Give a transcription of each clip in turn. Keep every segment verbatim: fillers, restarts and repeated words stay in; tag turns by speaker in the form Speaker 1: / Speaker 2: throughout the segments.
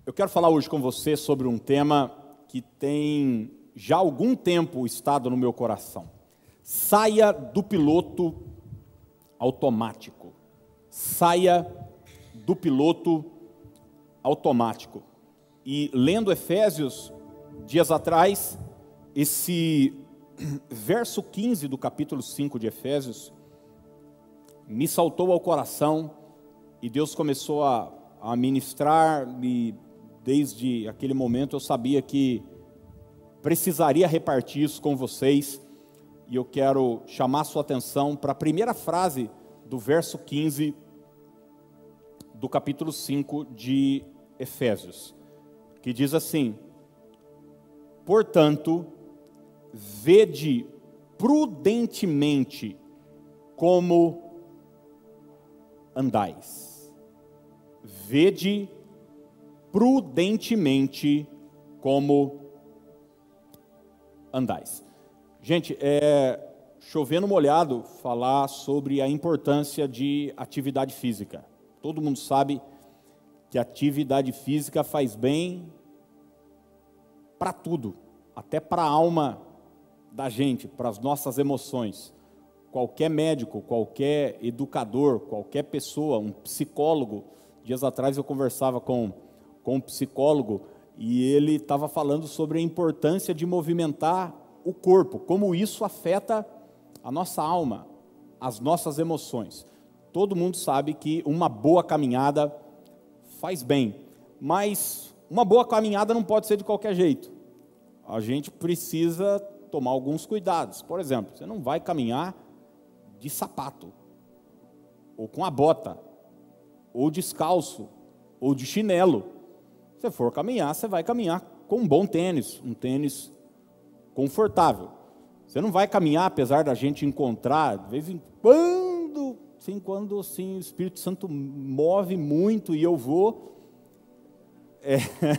Speaker 1: Eu quero falar hoje com você sobre um tema que tem já há algum tempo estado no meu coração. Saia do piloto automático. Saia do piloto automático. E lendo Efésios, dias atrás, esse verso quinze do capítulo cinco de Efésios me saltou ao coração e Deus começou a, a ministrar, e desde aquele momento eu sabia que precisaria repartir isso com vocês, e eu quero chamar a sua atenção para a primeira frase do verso quinze do capítulo cinco de Efésios, que diz assim: portanto, vede prudentemente como andais. Vede prudentemente como andais. Gente, é chovendo molhado falar sobre a importância de atividade física. Todo mundo sabe que a atividade física faz bem para tudo, até para a alma da gente, para as nossas emoções. Qualquer médico, qualquer educador, qualquer pessoa, um psicólogo. Dias atrás eu conversava com, com um psicólogo e ele estava falando sobre a importância de movimentar o corpo, como isso afeta a nossa alma, as nossas emoções. Todo mundo sabe que uma boa caminhada faz bem, mas uma boa caminhada não pode ser de qualquer jeito. A gente precisa tomar alguns cuidados. Por exemplo, você não vai caminhar de sapato, ou com a bota, ou descalço, ou de chinelo. Se for caminhar, você vai caminhar com um bom tênis, um tênis confortável. Você não vai caminhar, apesar da gente encontrar, de vez em quando, assim, quando assim, o Espírito Santo move muito e eu vou, é,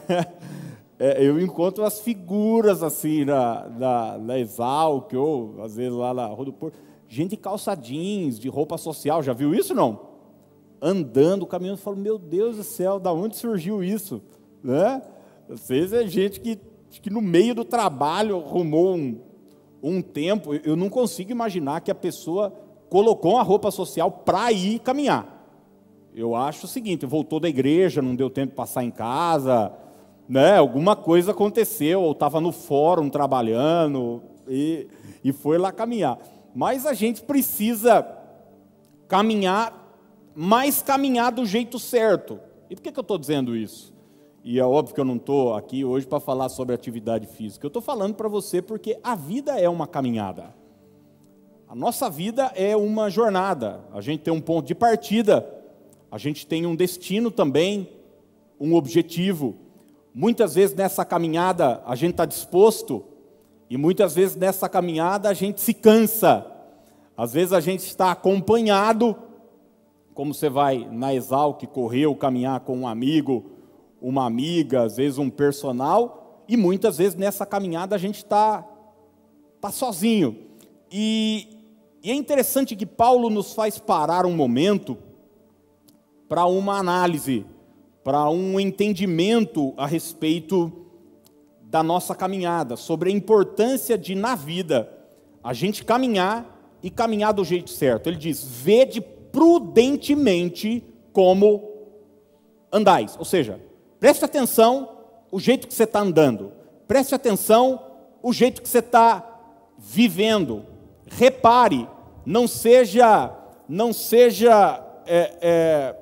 Speaker 1: é, eu encontro as figuras assim na, na, na Exalc, ou às vezes lá na Rua do Porto, gente de calça jeans, de roupa social. Já viu isso, não? Andando, caminhando, eu falo, meu Deus do céu, da onde surgiu isso? Né? Às vezes é gente que, que no meio do trabalho arrumou um, um tempo. Eu não consigo imaginar que a pessoa colocou uma roupa social para ir caminhar. Eu acho o seguinte: voltou da igreja, não deu tempo de passar em casa, né? Alguma coisa aconteceu, ou estava no fórum trabalhando e, e foi lá caminhar. Mas a gente precisa caminhar, mas caminhar do jeito certo. E por que, que eu estou dizendo isso? E é óbvio que eu não estou aqui hoje para falar sobre atividade física. Eu estou falando para você porque a vida é uma caminhada. A nossa vida é uma jornada. A gente tem um ponto de partida, a gente tem um destino também, um objetivo. Muitas vezes nessa caminhada a gente está disposto, e muitas vezes nessa caminhada a gente se cansa. Às vezes a gente está acompanhado, como você vai na Exalc correr ou caminhar com um amigo, uma amiga, às vezes um personal, e muitas vezes nessa caminhada a gente está tá sozinho. E, e é interessante que Paulo nos faz parar um momento para uma análise, para um entendimento a respeito da nossa caminhada, sobre a importância de, na vida, a gente caminhar e caminhar do jeito certo. Ele diz: vede prudentemente como andais. Ou seja, preste atenção o jeito que você está andando, preste atenção o jeito que você está vivendo. Repare, não seja, não seja é, é,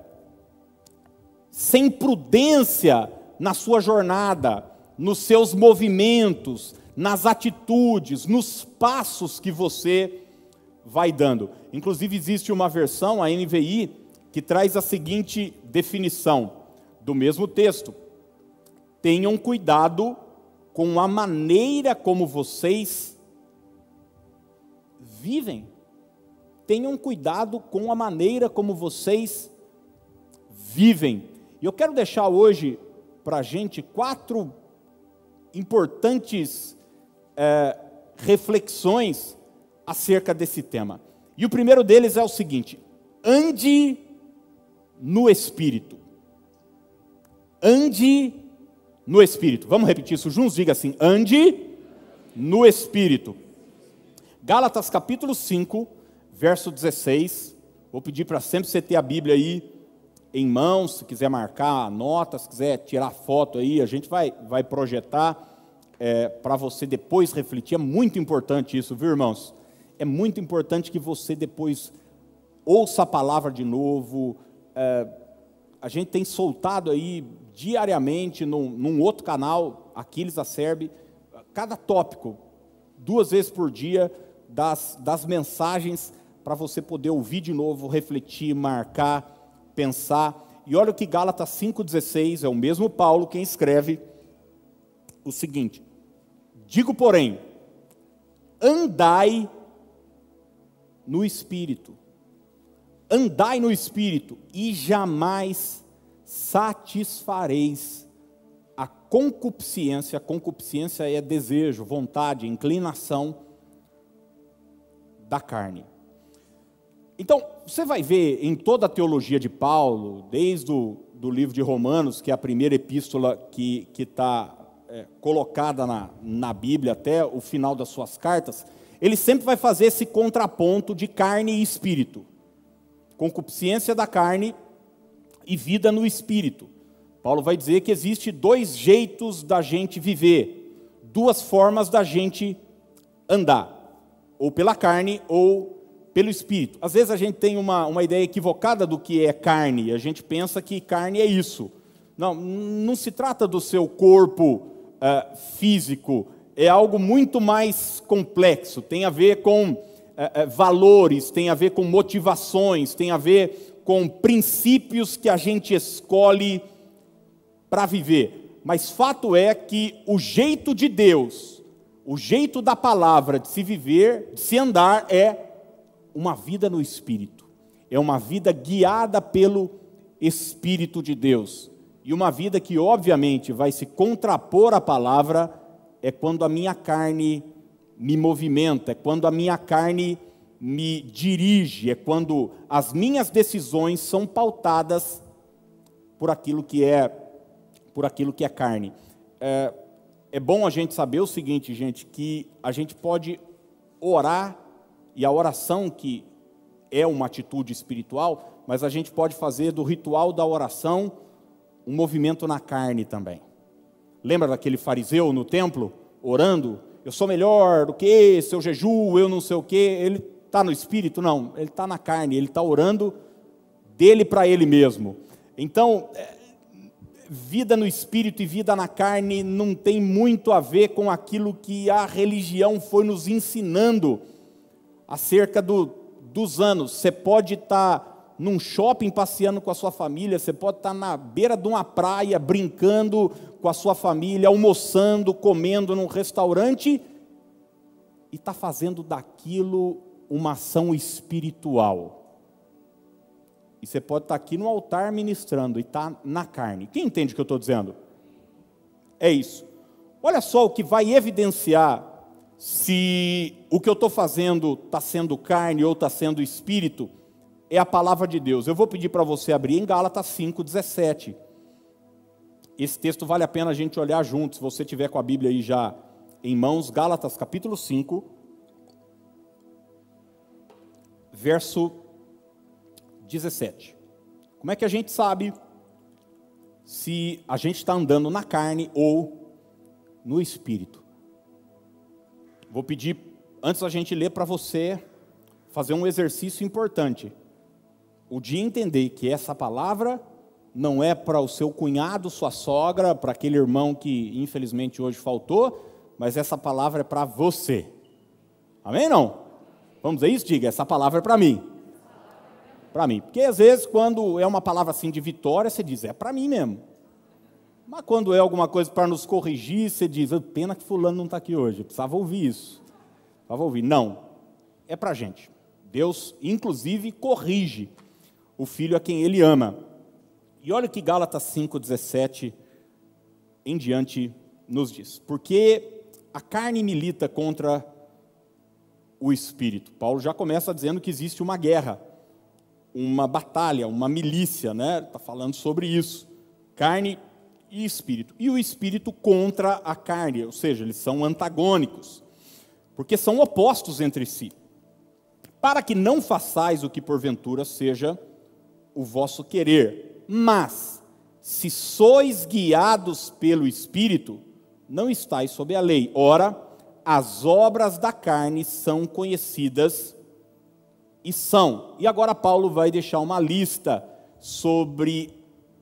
Speaker 1: sem prudência na sua jornada, nos seus movimentos, nas atitudes, nos passos que você vai dando. Inclusive existe uma versão, a N V I, que traz a seguinte definição do mesmo texto: tenham cuidado com a maneira como vocês vivem. Tenham cuidado com a maneira como vocês vivem. E eu quero deixar hoje para a gente quatro importantes é, reflexões acerca desse tema. E o primeiro deles é o seguinte: ande no Espírito. Ande no Espírito. Vamos repetir isso juntos? Diga assim, ande no Espírito. Gálatas capítulo cinco, verso dezesseis. Vou pedir para sempre você ter a Bíblia aí em mãos, se quiser marcar a nota, se quiser tirar foto aí, a gente vai, vai projetar é, para você depois refletir. É muito importante isso, viu, irmãos? É muito importante que você depois ouça a palavra de novo. É, a gente tem soltado aí diariamente num, num outro canal, Aquiles Acerbe, cada tópico, duas vezes por dia, das, das mensagens para você poder ouvir de novo, refletir, marcar, pensar. E olha o que Gálatas cinco dezesseis, é o mesmo Paulo quem escreve o seguinte: digo, porém, andai no Espírito, andai no Espírito, e jamais satisfareis a concupiscência. Concupiscência é desejo, vontade, inclinação da carne. Então, você vai ver em toda a teologia de Paulo, desde o do livro de Romanos, que é a primeira epístola que está é, colocada na, na Bíblia, até o final das suas cartas, ele sempre vai fazer esse contraponto de carne e espírito. Concupiscência da carne e vida no espírito. Paulo vai dizer que existe dois jeitos da gente viver, duas formas da gente andar, ou pela carne ou pelo Espírito. Às vezes a gente tem uma, uma ideia equivocada do que é carne, a gente pensa que carne é isso. Não, não se trata do seu corpo uh, físico, é algo muito mais complexo, tem a ver com uh, uh, valores, tem a ver com motivações, tem a ver com princípios que a gente escolhe para viver. Mas fato é que o jeito de Deus, o jeito da palavra de se viver, de se andar, é uma vida no Espírito, é uma vida guiada pelo Espírito de Deus, e uma vida que obviamente vai se contrapor à palavra, é quando a minha carne me movimenta, é quando a minha carne me dirige, é quando as minhas decisões são pautadas por aquilo que é, por aquilo que é carne. É, é bom a gente saber o seguinte, gente, que a gente pode orar, e a oração, que é uma atitude espiritual, mas a gente pode fazer do ritual da oração um movimento na carne também. Lembra daquele fariseu no templo, orando? Eu sou melhor do que esse, eu jejuo, eu não sei o quê. Ele está no espírito? Não, ele está na carne, ele está orando dele para ele mesmo. Então, vida no espírito e vida na carne não tem muito a ver com aquilo que a religião foi nos ensinando acerca do, dos anos. Você pode estar num shopping passeando com a sua família, você pode estar na beira de uma praia brincando com a sua família, almoçando, comendo num restaurante, e está fazendo daquilo uma ação espiritual. E você pode estar aqui no altar ministrando e está na carne. Quem entende o que eu estou dizendo? É isso. Olha só o que vai evidenciar se o que eu estou fazendo está sendo carne ou está sendo espírito, é a palavra de Deus. Eu vou pedir para você abrir em Gálatas cinco, dezessete. Esse texto vale a pena a gente olhar junto, se você tiver com a Bíblia aí já em mãos. Gálatas capítulo cinco, verso dezessete. Como é que a gente sabe se a gente está andando na carne ou no espírito? Vou pedir, antes da gente ler, para você fazer um exercício importante. O de entender que essa palavra não é para o seu cunhado, sua sogra, para aquele irmão que infelizmente hoje faltou, mas essa palavra é para você. Amém, não? Vamos dizer isso? Diga, essa palavra é para mim. Para mim. Porque às vezes quando é uma palavra assim de vitória, você diz, é para mim mesmo. Mas quando é alguma coisa para nos corrigir, você diz, pena que fulano não está aqui hoje, eu precisava ouvir isso. Precisava ouvir. Não, é para a gente. Deus, inclusive, corrige o filho a quem ele ama. E olha o que Gálatas cinco, dezessete em diante nos diz. Porque a carne milita contra o espírito. Paulo já começa dizendo que existe uma guerra, uma batalha, uma milícia, né? Está falando sobre isso. Carne e espírito. E o espírito contra a carne, ou seja, eles são antagônicos, porque são opostos entre si. Para que não façais o que porventura seja o vosso querer, mas, se sois guiados pelo Espírito, não estáis sob a lei. Ora, as obras da carne são conhecidas e são. E agora Paulo vai deixar uma lista sobre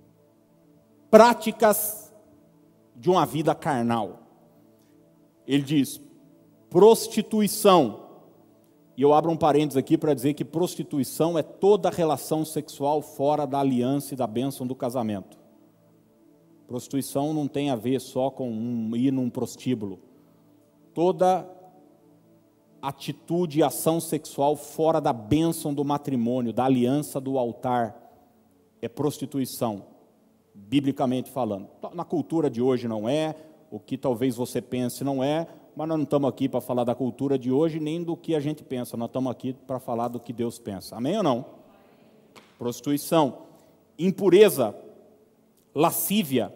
Speaker 1: práticas de uma vida carnal. Ele diz, prostituição. E eu abro um parênteses aqui para dizer que prostituição é toda relação sexual fora da aliança e da bênção do casamento. Prostituição não tem a ver só com um, ir num prostíbulo. Toda atitude e ação sexual fora da bênção do matrimônio, da aliança do altar, é prostituição, biblicamente falando. Na cultura de hoje não é, o que talvez você pense não é, mas nós não estamos aqui para falar da cultura de hoje, nem do que a gente pensa, nós estamos aqui para falar do que Deus pensa. Amém ou não? Prostituição, impureza, lascívia,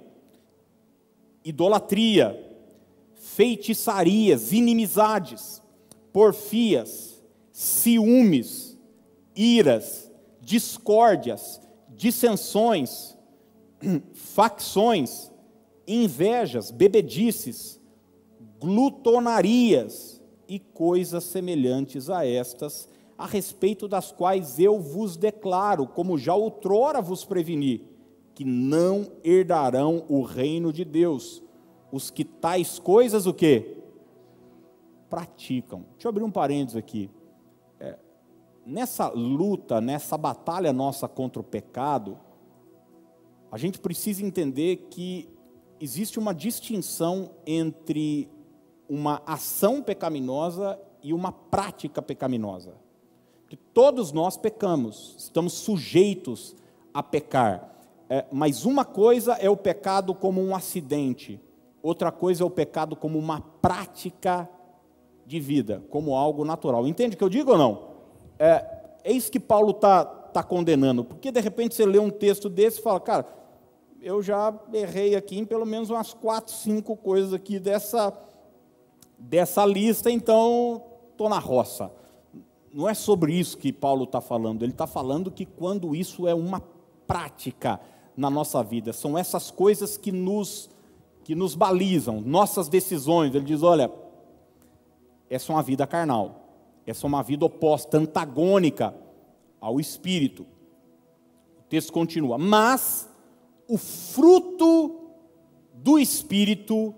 Speaker 1: idolatria, feitiçarias, inimizades, porfias, ciúmes, iras, discórdias, dissensões, facções, invejas, bebedices, glutonarias e coisas semelhantes a estas, a respeito das quais eu vos declaro, como já outrora vos preveni, que não herdarão o reino de Deus, os que tais coisas, o quê? Praticam. Deixa eu abrir um parênteses aqui. É, nessa luta, nessa batalha nossa contra o pecado, a gente precisa entender que existe uma distinção entre uma ação pecaminosa e uma prática pecaminosa. Porque todos nós pecamos, estamos sujeitos a pecar. É, mas uma coisa é o pecado como um acidente, outra coisa é o pecado como uma prática de vida, como algo natural. Entende o que eu digo ou não? É, é isso que Paulo está tá condenando, porque de repente você lê um texto desse e fala, cara, eu já errei aqui em pelo menos umas quatro, cinco coisas aqui dessa, dessa lista, então estou na roça. Não é sobre isso que Paulo está falando, ele está falando que quando isso é uma prática na nossa vida, são essas coisas que nos, que nos balizam, nossas decisões. Ele diz, olha, essa é uma vida carnal, essa é uma vida oposta, antagônica ao Espírito. O texto continua, mas o fruto do Espírito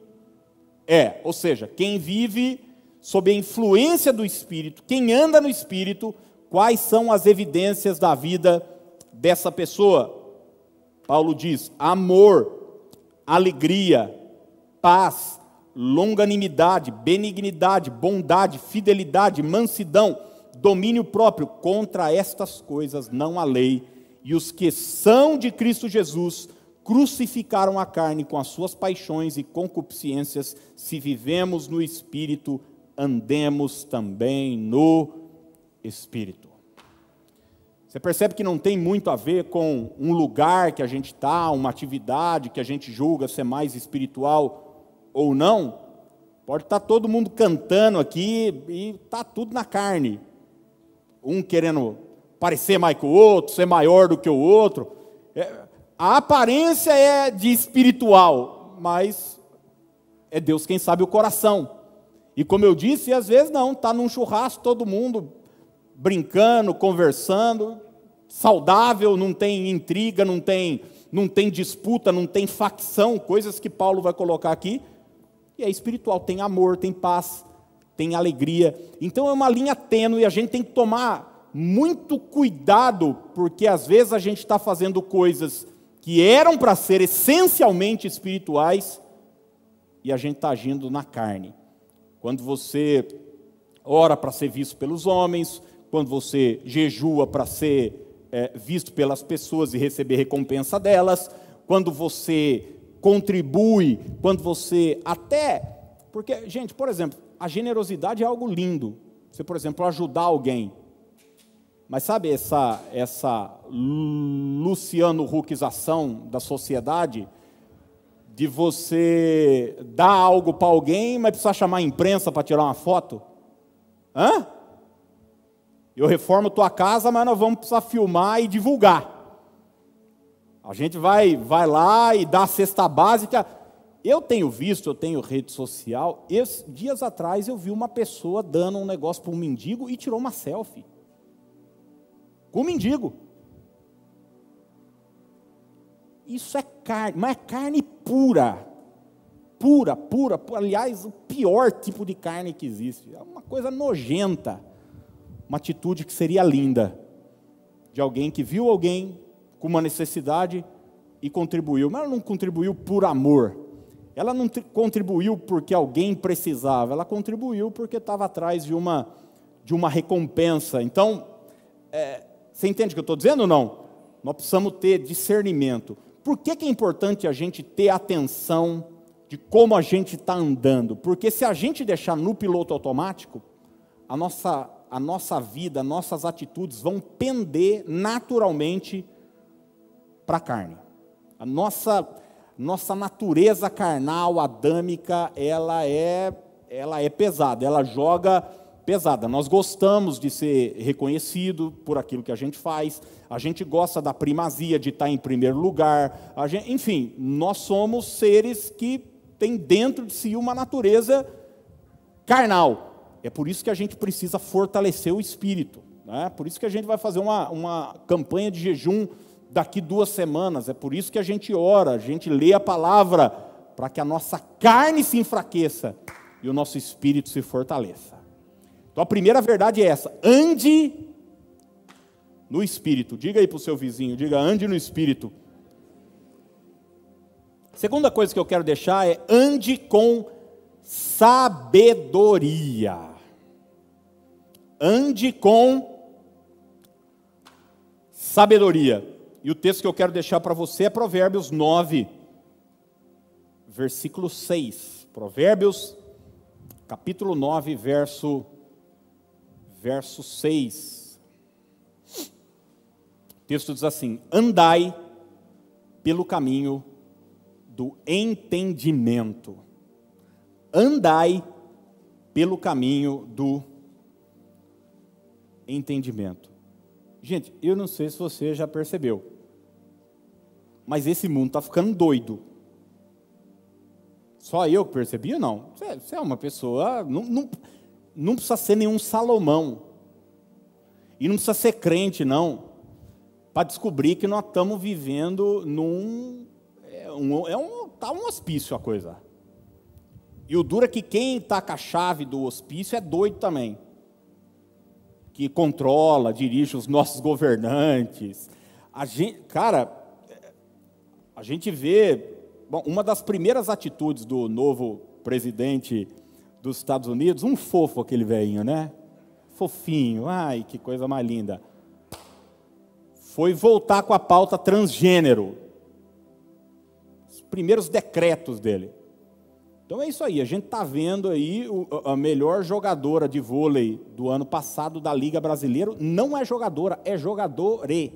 Speaker 1: é, ou seja, quem vive sob a influência do Espírito, quem anda no Espírito, quais são as evidências da vida dessa pessoa? Paulo diz, amor, alegria, paz, longanimidade, benignidade, bondade, fidelidade, mansidão, domínio próprio. Contra estas coisas não há lei, e os que são de Cristo Jesus crucificaram a carne com as suas paixões e concupiscências. Se vivemos no Espírito, andemos também no Espírito. Você percebe que não tem muito a ver com um lugar que a gente está, uma atividade que a gente julga ser mais espiritual ou não. Pode estar todo mundo cantando aqui e está tudo na carne. Um querendo parecer mais que o outro, ser maior do que o outro. É, a aparência é de espiritual, mas é Deus quem sabe o coração. E como eu disse, às vezes não, está num churrasco todo mundo brincando, conversando, saudável, não tem intriga, não tem, não tem disputa, não tem facção, coisas que Paulo vai colocar aqui, e é espiritual, tem amor, tem paz, tem alegria. Então é uma linha tênue, a gente tem que tomar muito cuidado, porque às vezes a gente está fazendo coisas que eram para ser essencialmente espirituais, e a gente está agindo na carne. Quando você ora para ser visto pelos homens, quando você jejua para ser é, visto pelas pessoas e receber recompensa delas, quando você contribui, quando você até... Porque, gente, por exemplo, a generosidade é algo lindo. Você, por exemplo, ajudar alguém. Mas sabe essa, essa Luciano Huckização da sociedade, de você dar algo para alguém, mas precisa chamar a imprensa para tirar uma foto? Hã? Eu reformo tua casa, mas nós vamos precisar filmar e divulgar. A gente vai, vai lá e dá a cesta básica. Eu tenho visto, eu tenho rede social. Esse, dias atrás eu vi uma pessoa dando um negócio para um mendigo e tirou uma selfie. Com o mendigo. Isso é carne, mas é carne pura. Pura, pura, pura. Aliás, o pior tipo de carne que existe. É uma coisa nojenta. Uma atitude que seria linda. De alguém que viu alguém com uma necessidade e contribuiu. Mas ela não contribuiu por amor. Ela não contribuiu porque alguém precisava. Ela contribuiu porque estava atrás de uma, de uma recompensa. Então, é, você entende o que eu estou dizendo ou não? Nós precisamos ter discernimento. Por que, que é importante a gente ter atenção de como a gente está andando? Porque se a gente deixar no piloto automático, a nossa, a nossa vida, nossas atitudes vão pender naturalmente para a carne. A nossa, nossa natureza carnal, adâmica, ela é, ela é pesada, ela joga pesada. Nós gostamos de ser reconhecido por aquilo que a gente faz, a gente gosta da primazia, de estar em primeiro lugar, a gente, enfim, nós somos seres que têm dentro de si uma natureza carnal. É por isso que a gente precisa fortalecer o espírito, né? Por isso que a gente vai fazer uma, uma campanha de jejum daqui duas semanas, é por isso que a gente ora, a gente lê a palavra, para que a nossa carne se enfraqueça e o nosso espírito se fortaleça. Então a primeira verdade é essa: ande no Espírito. Diga aí para o seu vizinho, diga, ande no Espírito. Segunda coisa que eu quero deixar é: ande com sabedoria. Ande com sabedoria. E o texto que eu quero deixar para você é Provérbios nove, versículo seis. Provérbios, capítulo nove, verso Verso seis, o texto diz assim: andai pelo caminho do entendimento, andai pelo caminho do entendimento. Gente, eu não sei se você já percebeu, mas esse mundo está ficando doido. Só eu que percebi? Não, você, você é uma pessoa... Não, não, Não precisa ser nenhum Salomão. E não precisa ser crente, não. Para descobrir que nós estamos vivendo num... É um, é um, tá um hospício a coisa. E o duro é que quem está com a chave do hospício é doido também. Que controla, dirige os nossos governantes. A gente, cara, a gente vê... Bom, uma das primeiras atitudes do novo presidente dos Estados Unidos, um fofo aquele velhinho, né? Fofinho, ai, que coisa mais linda. Foi voltar com a pauta transgênero. Os primeiros decretos dele. Então é isso aí, a gente está vendo aí a melhor jogadora de vôlei do ano passado da Liga Brasileira, não é jogadora, é jogadore.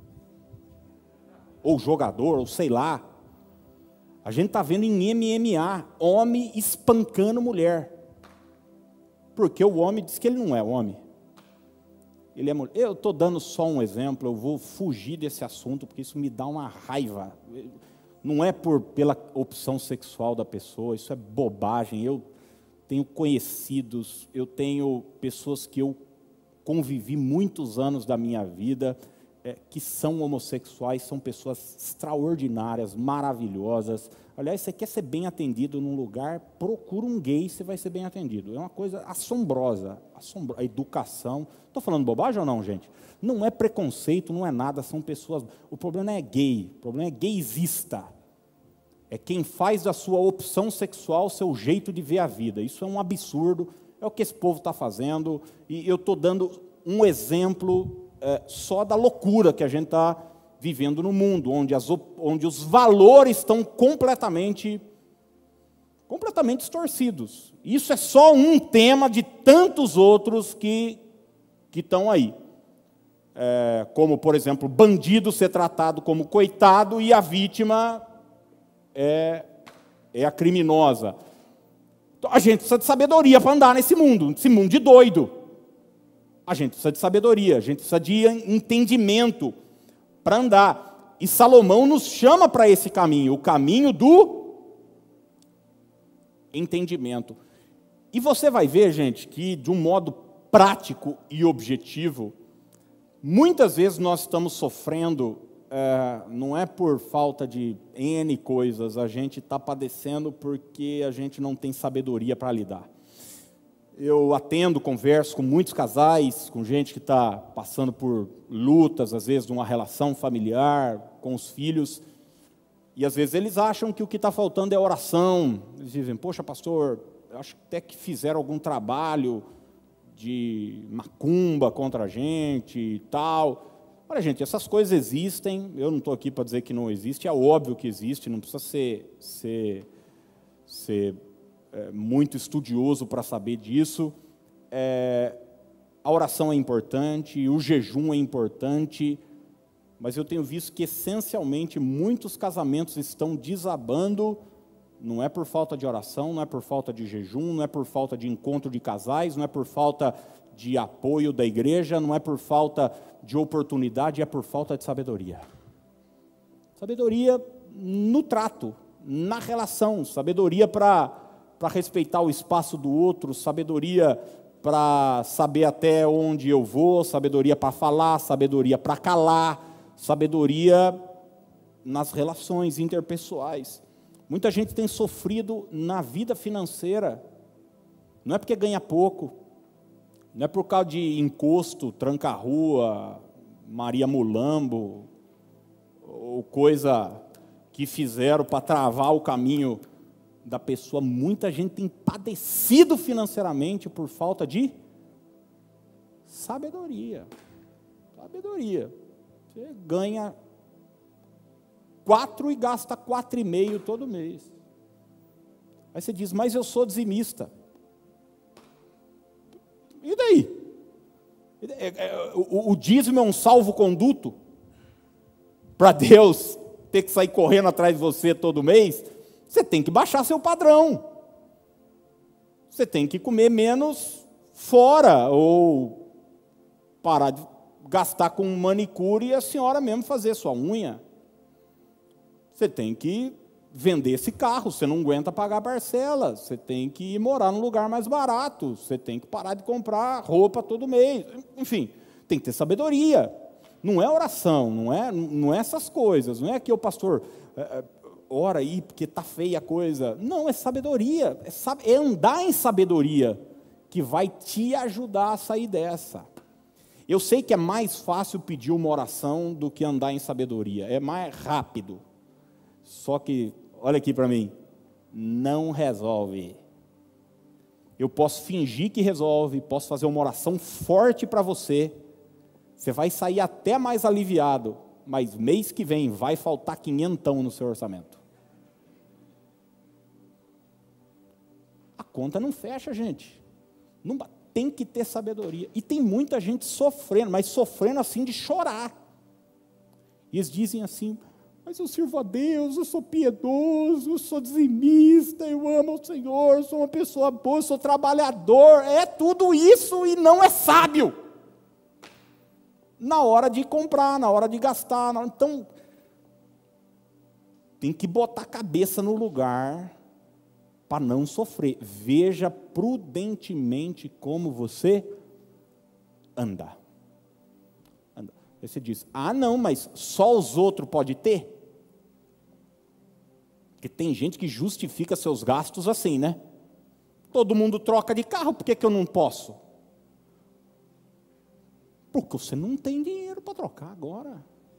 Speaker 1: Ou jogador, ou sei lá. A gente está vendo em M M A, homem espancando mulher. Porque o homem diz que ele não é homem. Ele é mulher. Eu estou dando só um exemplo, eu vou fugir desse assunto, porque isso me dá uma raiva. Não é por, pela opção sexual da pessoa, isso é bobagem. Eu tenho conhecidos, eu tenho pessoas que eu convivi muitos anos da minha vida, é, que são homossexuais, são pessoas extraordinárias, maravilhosas. Aliás, você quer ser bem atendido num lugar, procura um gay, você vai ser bem atendido. É uma coisa assombrosa, assombro... a educação. Estou falando bobagem ou não, gente? Não é preconceito, não é nada, são pessoas... O problema não é gay, o problema é gaysista. É quem faz da sua opção sexual seu jeito de ver a vida. Isso é um absurdo, é o que esse povo está fazendo, e eu estou dando um exemplo é, só da loucura que a gente está vivendo no mundo, onde, as, onde os valores estão completamente, completamente distorcidos. Isso é só um tema de tantos outros que, que estão aí. É, como, por exemplo, bandido ser tratado como coitado e a vítima é é a criminosa. Então, a gente precisa de sabedoria para andar nesse mundo, nesse mundo de doido. A gente precisa de sabedoria, a gente precisa de entendimento para andar. E Salomão nos chama para esse caminho, o caminho do entendimento. E você vai ver, gente, que de um modo prático e objetivo, muitas vezes nós estamos sofrendo, é, não é por falta de N coisas, a gente está padecendo porque a gente não tem sabedoria para lidar. Eu atendo, converso com muitos casais, com gente que está passando por lutas, às vezes, de uma relação familiar, com os filhos, e às vezes eles acham que o que está faltando é oração. Eles dizem, poxa, pastor, eu acho até que fizeram algum trabalho de macumba contra a gente e tal. Olha, gente, essas coisas existem, eu não estou aqui para dizer que não existe, é óbvio que existe, não precisa ser... ser, ser É, muito estudioso para saber disso. É, a oração é importante, o jejum é importante, mas eu tenho visto que, essencialmente, muitos casamentos estão desabando, não é por falta de oração, não é por falta de jejum, não é por falta de encontro de casais, não é por falta de apoio da igreja, não é por falta de oportunidade, é por falta de sabedoria. Sabedoria no trato, na relação, sabedoria para... para respeitar o espaço do outro, sabedoria para saber até onde eu vou, sabedoria para falar, sabedoria para calar, sabedoria nas relações interpessoais. Muita gente tem sofrido na vida financeira, não é porque ganha pouco, não é por causa de encosto, tranca-rua, Maria Mulambo, ou coisa que fizeram para travar o caminho da pessoa. Muita gente tem padecido financeiramente por falta de sabedoria. Sabedoria. Você ganha quatro e gasta quatro e meio todo mês. Aí você diz, mas eu sou dizimista. E daí? O, o dízimo é um salvo-conduto para Deus ter que sair correndo atrás de você todo mês? Você tem que baixar seu padrão. Você tem que comer menos fora, ou parar de gastar com manicure e a senhora mesmo fazer sua unha. Você tem que vender esse carro, você não aguenta pagar parcela, você tem que ir morar num lugar mais barato, você tem que parar de comprar roupa todo mês. Enfim, tem que ter sabedoria. Não é oração, não é, não é essas coisas, não é que o pastor... É, ora aí, porque está feia a coisa. Não, é sabedoria, é, sab... é andar em sabedoria que vai te ajudar a sair dessa. Eu sei que é mais fácil pedir uma oração do que andar em sabedoria, é mais rápido. Só que, olha aqui para mim, não resolve. Eu posso fingir que resolve, posso fazer uma oração forte para você, você vai sair até mais aliviado, mas mês que vem vai faltar quinhentão no seu orçamento. A conta não fecha, gente. Não, tem que ter sabedoria. E tem muita gente sofrendo, mas sofrendo assim de chorar. E eles dizem assim, mas eu sirvo a Deus, eu sou piedoso, eu sou dizimista, eu amo o Senhor, eu sou uma pessoa boa, eu sou trabalhador. É tudo isso e não é sábio. Na hora de comprar, na hora de gastar. Na hora... Então, tem que botar a cabeça no lugar para não sofrer. Veja prudentemente como você anda. anda. Aí você diz, ah não, mas só os outros podem ter? Porque tem gente que justifica seus gastos assim, né? Todo mundo troca de carro, por que, que eu não posso? Porque você não tem dinheiro para trocar agora.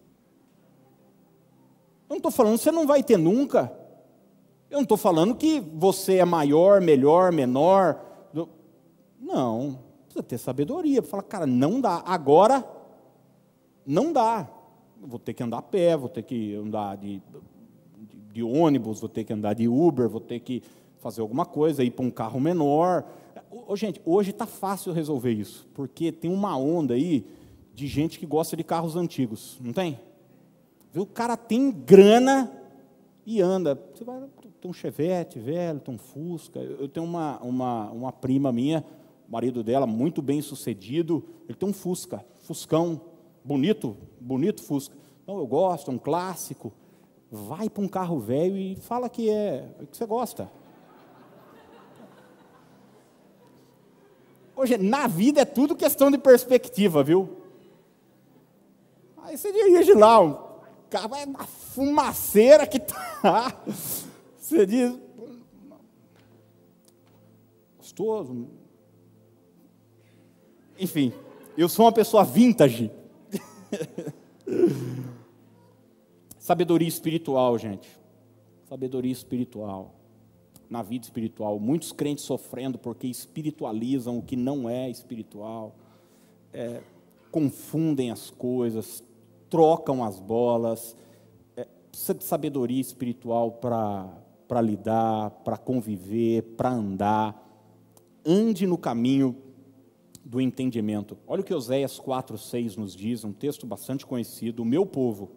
Speaker 1: Eu não estou falando que você não vai ter nunca. Eu não estou falando que você é maior, melhor, menor. Não, precisa ter sabedoria. Para falar, cara, não dá. Agora, não dá. Eu vou ter que andar a pé, vou ter que andar de, de, de ônibus, vou ter que andar de Uber, vou ter que fazer alguma coisa, ir para um carro menor. Ô, gente, hoje está fácil resolver isso, porque tem uma onda aí de gente que gosta de carros antigos, não tem? O cara tem grana e anda. Você vai, tem um Chevette velho, tem um Fusca. Eu tenho uma, uma, uma prima minha, o marido dela, muito bem sucedido, ele tem um Fusca, Fuscão, bonito, bonito Fusca. Então, eu gosto, é um clássico. Vai para um carro velho e fala que é que você gosta. Hoje, na vida é tudo questão de perspectiva, viu? Aí você dirige lá, um carro, é uma fumaceira que tá. Você diz, gostoso. Enfim, eu sou uma pessoa vintage. Sabedoria espiritual, gente. Sabedoria espiritual. Na vida espiritual. Muitos crentes sofrendo porque espiritualizam o que não é espiritual. É, confundem as coisas, trocam as bolas. É, precisa de sabedoria espiritual para lidar, para conviver, para andar. Ande no caminho do entendimento. Olha o que Oséias quatro, seis nos diz, um texto bastante conhecido. O meu povo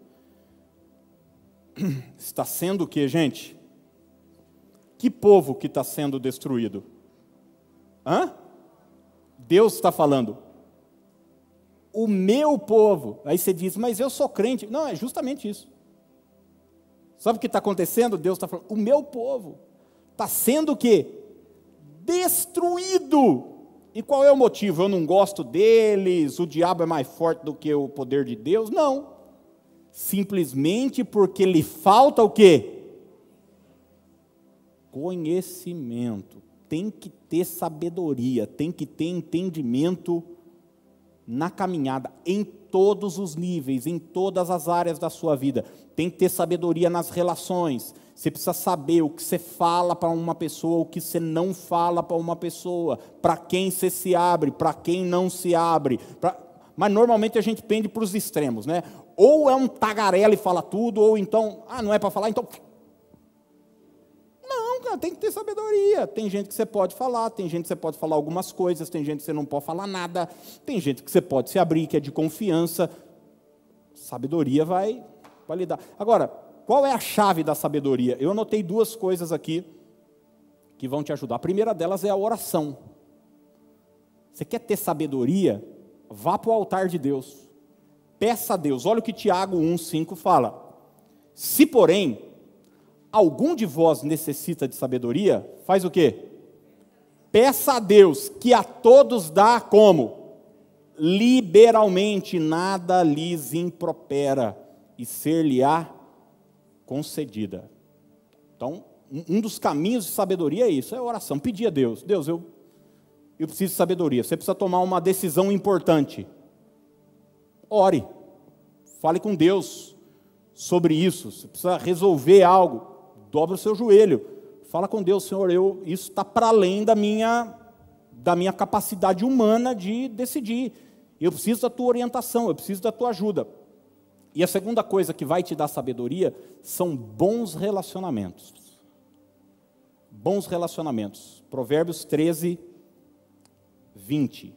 Speaker 1: está sendo o que, gente? Que povo que está sendo destruído? Hã? Deus está falando. O meu povo. Aí você diz, mas eu sou crente. Não, é justamente isso. Sabe o que está acontecendo? Deus está falando, o meu povo está sendo o quê? Destruído. E qual é o motivo? Eu não gosto deles, o diabo é mais forte do que o poder de Deus? Não. Simplesmente porque lhe falta o quê? Conhecimento. Tem que ter sabedoria, tem que ter entendimento na caminhada, em todos os níveis, em todas as áreas da sua vida. Tem que ter sabedoria nas relações. Você precisa saber o que você fala para uma pessoa, o que você não fala para uma pessoa, para quem você se abre, para quem não se abre. Pra... Mas normalmente a gente pende para os extremos, né? Ou é um tagarela e fala tudo, ou então, ah, não é para falar, então... Não, cara, tem que ter sabedoria. Tem gente que você pode falar, tem gente que você pode falar algumas coisas, tem gente que você não pode falar nada, tem gente que você pode se abrir, que é de confiança. Sabedoria vai, vai lidar. Agora, qual é a chave da sabedoria? Eu anotei duas coisas aqui que vão te ajudar. A primeira delas é a oração. Você quer ter sabedoria? Vá para o altar de Deus. Peça a Deus. Olha o que Tiago um, cinco fala. Se, porém, algum de vós necessita de sabedoria, faz o quê? Peça a Deus, que a todos dá como? Liberalmente, nada lhes impropera, e ser-lhe-á concedida. Então, um dos caminhos de sabedoria é isso, é a oração. Pedir a Deus, Deus, eu, eu preciso de sabedoria. Você precisa tomar uma decisão importante. Ore, fale com Deus sobre isso. Você precisa resolver algo, dobra o seu joelho, fala com Deus, Senhor, eu, isso está para além da minha, da minha capacidade humana de decidir. Eu preciso da tua orientação, eu preciso da tua ajuda. E a segunda coisa que vai te dar sabedoria são bons relacionamentos. Bons relacionamentos. Provérbios treze, vinte.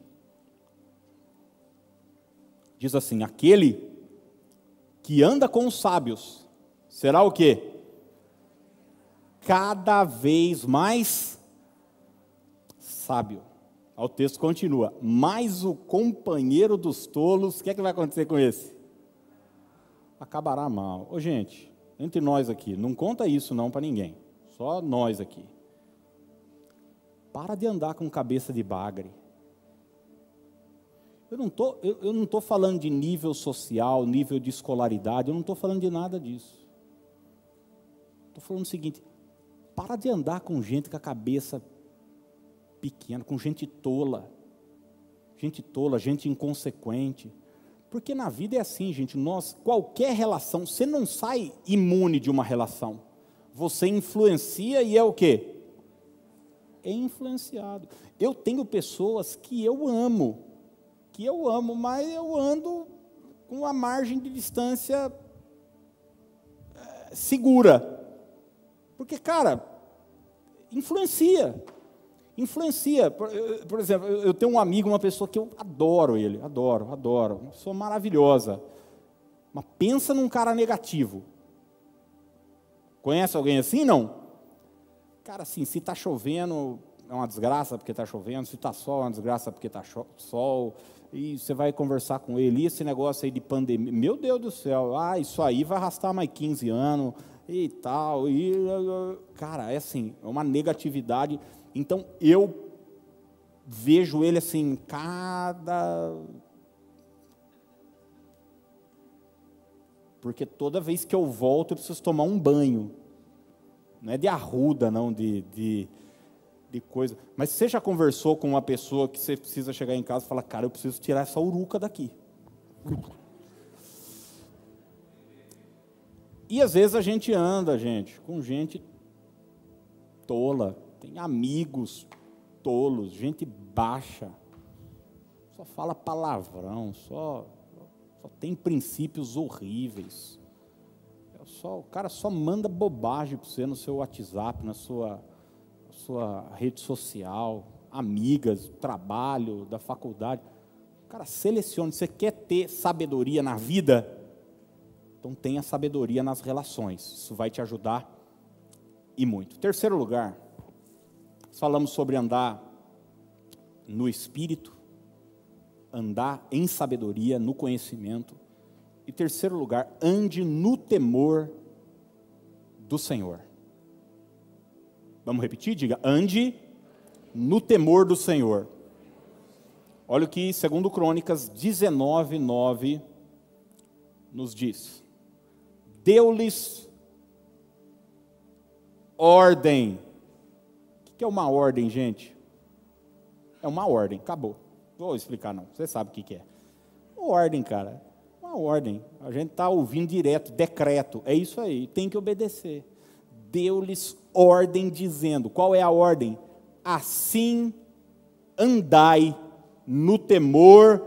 Speaker 1: Diz assim, aquele que anda com os sábios, será o quê? Cada vez mais sábio. O texto continua, mas o companheiro dos tolos, o que é que vai acontecer com esse? Acabará mal. Ô gente, entre nós aqui, não conta isso não para ninguém, só nós aqui. Para de andar com cabeça de bagre. Eu não tô, eu, eu não estou falando de nível social, nível de escolaridade, eu não estou falando de nada disso. Estou falando o seguinte, para de andar com gente com a cabeça pequena, com gente tola, gente tola, gente inconsequente, porque na vida é assim, gente, nós, qualquer relação, você não sai imune de uma relação, você influencia e é o quê? É influenciado. Eu tenho pessoas que eu amo, que eu amo, mas eu ando com uma margem de distância é, segura, porque, cara, influencia, influencia. Por, por exemplo, eu tenho um amigo, uma pessoa que eu adoro ele, adoro, adoro, uma pessoa maravilhosa, mas pensa num cara negativo. Conhece alguém assim, não? Cara, assim, se está chovendo, é uma desgraça porque está chovendo, se está sol, é uma desgraça porque está sol, e você vai conversar com ele, e esse negócio aí de pandemia, meu Deus do céu, ah, isso aí vai arrastar mais quinze anos, e tal, e, cara, é assim, é uma negatividade. Então, eu vejo ele assim, cada... Porque toda vez que eu volto, eu preciso tomar um banho. Não é de arruda, não, de, de, de coisa. Mas você já conversou com uma pessoa que você precisa chegar em casa e falar, cara, eu preciso tirar essa uruca daqui. E às vezes a gente anda, gente, com gente tola. Tem amigos tolos, gente baixa. Só fala palavrão, só... Só tem princípios horríveis. Só, o cara só manda bobagem para você no seu WhatsApp, na sua, na sua rede social, amigas, trabalho, da faculdade. Cara, selecione. Você quer ter sabedoria na vida? Então tenha sabedoria nas relações. Isso vai te ajudar e muito. Terceiro lugar, falamos sobre andar no Espírito, andar em sabedoria, no conhecimento. E terceiro lugar, ande no temor do Senhor. Vamos repetir? Diga, ande no temor do Senhor. Olha o que segundo Crônicas dezenove, nove nos diz. Deu-lhes ordem. O que é uma ordem, gente? É uma ordem, acabou. Vou explicar não, você sabe o que é. Uma ordem, cara, uma ordem. A gente está ouvindo direto, decreto, é isso aí, tem que obedecer. Deu-lhes ordem dizendo, qual é a ordem? Assim andai no temor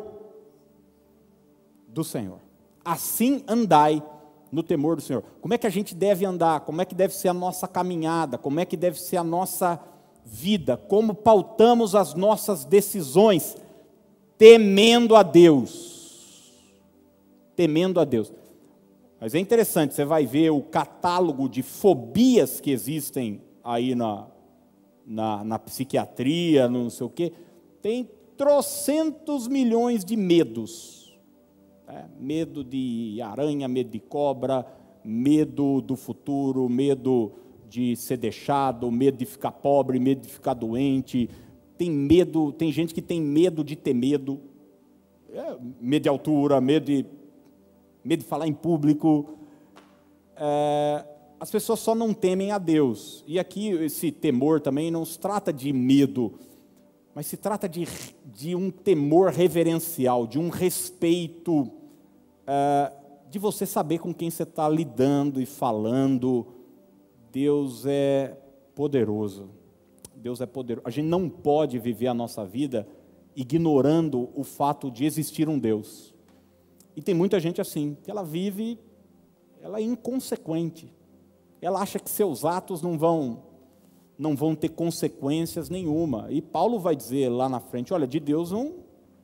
Speaker 1: do Senhor. Assim andai no temor do Senhor. Como é que a gente deve andar? Como é que deve ser a nossa caminhada? Como é que deve ser a nossa vida? Como pautamos as nossas decisões? Temendo a Deus, temendo a Deus. Mas é interessante, você vai ver o catálogo de fobias que existem aí na, na, na psiquiatria, não sei o quê, tem trocentos milhões de medos. É, medo de aranha, medo de cobra, medo do futuro, medo de ser deixado, medo de ficar pobre, medo de ficar doente. Tem medo, tem gente que tem medo de ter medo, é, medo de altura, medo de, medo de falar em público. É, as pessoas só não temem a Deus. E aqui esse temor também não se trata de medo, mas se trata de, de um temor reverencial, de um respeito, é, de você saber com quem você está lidando e falando. Deus é poderoso. Deus é poderoso. A gente não pode viver a nossa vida ignorando o fato de existir um Deus. E tem muita gente assim, que ela vive, ela é inconsequente. Ela acha que seus atos não vão, não vão ter consequências nenhuma. E Paulo vai dizer lá na frente, olha, de Deus não,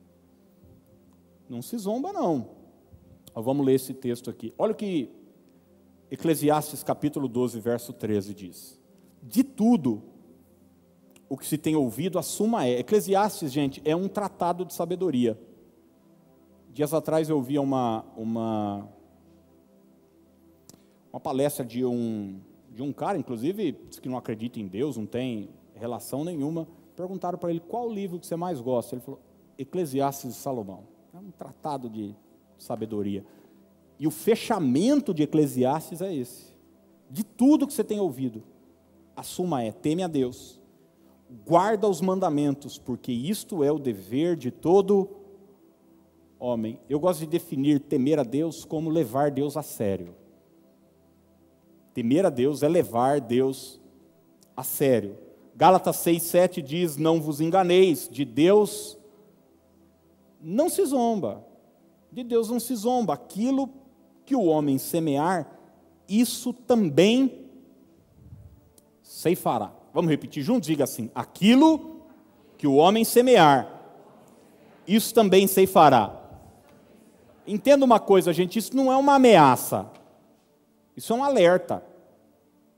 Speaker 1: não se zomba não. Vamos ler esse texto aqui. Olha o que Eclesiastes capítulo doze, verso treze diz. De tudo o que se tem ouvido, a suma é. Eclesiastes, gente, é um tratado de sabedoria. Dias atrás eu ouvi uma, uma, uma palestra de um, de um cara, inclusive, diz que não acredita em Deus, não tem relação nenhuma. Perguntaram para ele, qual o livro que você mais gosta? Ele falou, Eclesiastes de Salomão. É um tratado de sabedoria. E o fechamento de Eclesiastes é esse. De tudo que você tem ouvido, a suma é, teme a Deus. Guarda os mandamentos, porque isto é o dever de todo homem. Eu gosto de definir temer a Deus como levar Deus a sério. Temer a Deus é levar Deus a sério. Gálatas seis, sete diz, não vos enganeis, de Deus não se zomba. De Deus não se zomba. Aquilo que o homem semear, isso também ceifará. Vamos repetir juntos? Diga assim, aquilo que o homem semear, isso também ceifará. Entenda uma coisa, gente, isso não é uma ameaça, isso é um alerta.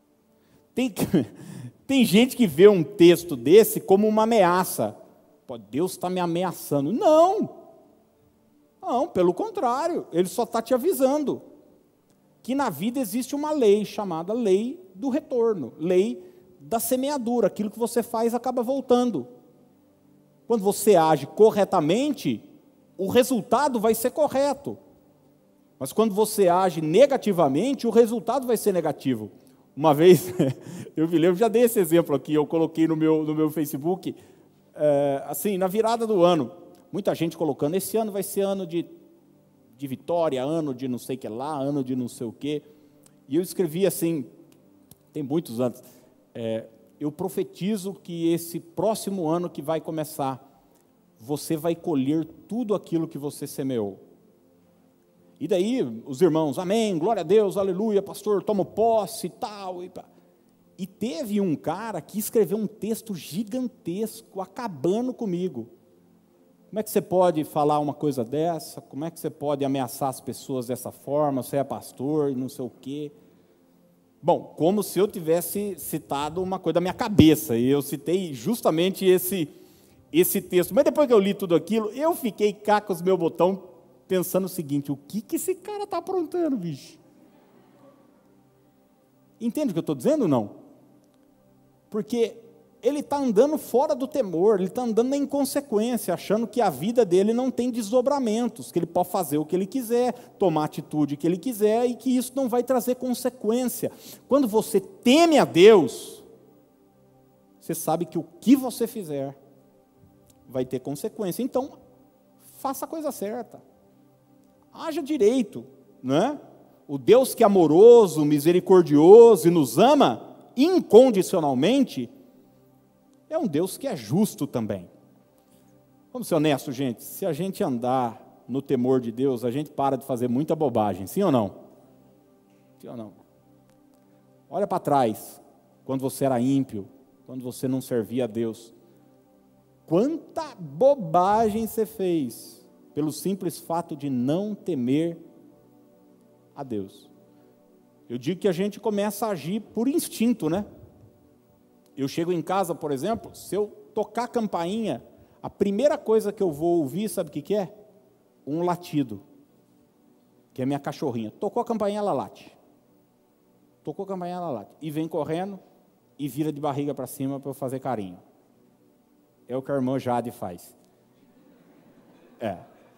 Speaker 1: Tem, tem gente que vê um texto desse como uma ameaça. Pô, Deus está me ameaçando. Não, não, pelo contrário, Ele só está te avisando que na vida existe uma lei chamada lei do retorno, lei da semeadura, aquilo que você faz acaba voltando. Quando você age corretamente, o resultado vai ser correto. Mas quando você age negativamente, o resultado vai ser negativo. Uma vez, eu me lembro, já dei esse exemplo aqui, eu coloquei no meu, no meu Facebook, é, assim, na virada do ano, muita gente colocando, esse ano vai ser ano de, de vitória, ano de não sei o que lá, ano de não sei o que, e eu escrevi assim, tem muitos anos, é, eu profetizo que esse próximo ano que vai começar, você vai colher tudo aquilo que você semeou. E daí, os irmãos, amém, glória a Deus, aleluia, pastor, tomo posse e tal. E, e teve um cara que escreveu um texto gigantesco, acabando comigo. Como é que você pode falar uma coisa dessa? Como é que você pode ameaçar as pessoas dessa forma? Você é pastor, não sei o quê. Bom, como se eu tivesse citado uma coisa da minha cabeça, e eu citei justamente esse, esse texto. Mas depois que eu li tudo aquilo, eu fiquei cá com os meus botões, pensando o seguinte, o que, que esse cara está aprontando, bicho? Entende o que eu estou dizendo ou não? Porque ele está andando fora do temor, ele está andando na inconsequência, achando que a vida dele não tem desdobramentos, que ele pode fazer o que ele quiser, tomar a atitude que ele quiser, e que isso não vai trazer consequência. Quando você teme a Deus, você sabe que o que você fizer vai ter consequência. Então, faça a coisa certa. Haja direito, não é? O Deus que é amoroso, misericordioso e nos ama incondicionalmente, é um Deus que é justo também. Vamos ser honestos, gente, se a gente andar no temor de Deus, a gente para de fazer muita bobagem, sim ou não? Sim ou não? Olha para trás, quando você era ímpio, quando você não servia a Deus, quanta bobagem você fez, pelo simples fato de não temer a Deus. Eu digo que a gente começa a agir por instinto, né? Eu chego em casa, por exemplo, se eu tocar a campainha, a primeira coisa que eu vou ouvir, sabe o que que é? Um latido, que é minha cachorrinha. Tocou a campainha, ela late. Tocou a campainha, ela late. E vem correndo e vira de barriga para cima para eu fazer carinho. É o que a irmã Jade faz. É.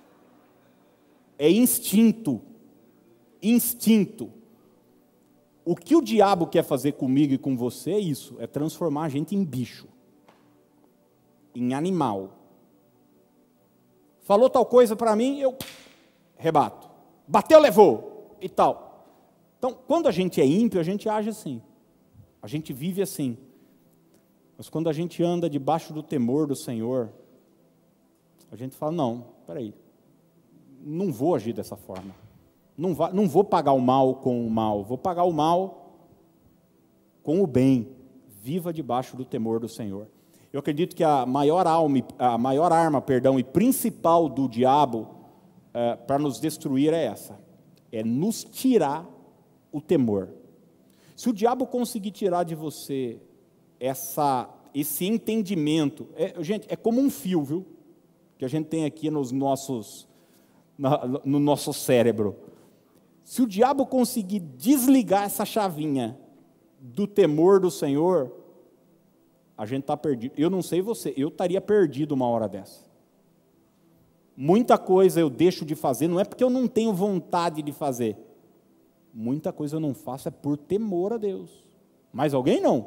Speaker 1: É instinto, instinto. O que o diabo quer fazer comigo e com você é isso, é transformar a gente em bicho, em animal. Falou tal coisa para mim, eu rebato. Bateu, levou, e tal. Então, quando a gente é ímpio, a gente age assim. A gente vive assim. Mas quando a gente anda debaixo do temor do Senhor, a gente fala, não, peraí, não vou agir dessa forma, não, vai, não vou pagar o mal com o mal, vou pagar o mal com o bem, viva debaixo do temor do Senhor. Eu acredito que a maior, alma, a maior arma perdão, e principal do diabo é, para nos destruir é essa, é nos tirar o temor. Se o diabo conseguir tirar de você essa, esse entendimento, é, gente, é como um fio, viu, que a gente tem aqui nos nossos... no nosso cérebro. Se o diabo conseguir desligar essa chavinha do temor do Senhor, a gente está perdido. Eu não sei você, eu estaria perdido uma hora dessa. Muita coisa eu deixo de fazer, não é porque eu não tenho vontade de fazer. Muita coisa eu não faço é por temor a Deus. Mais alguém não?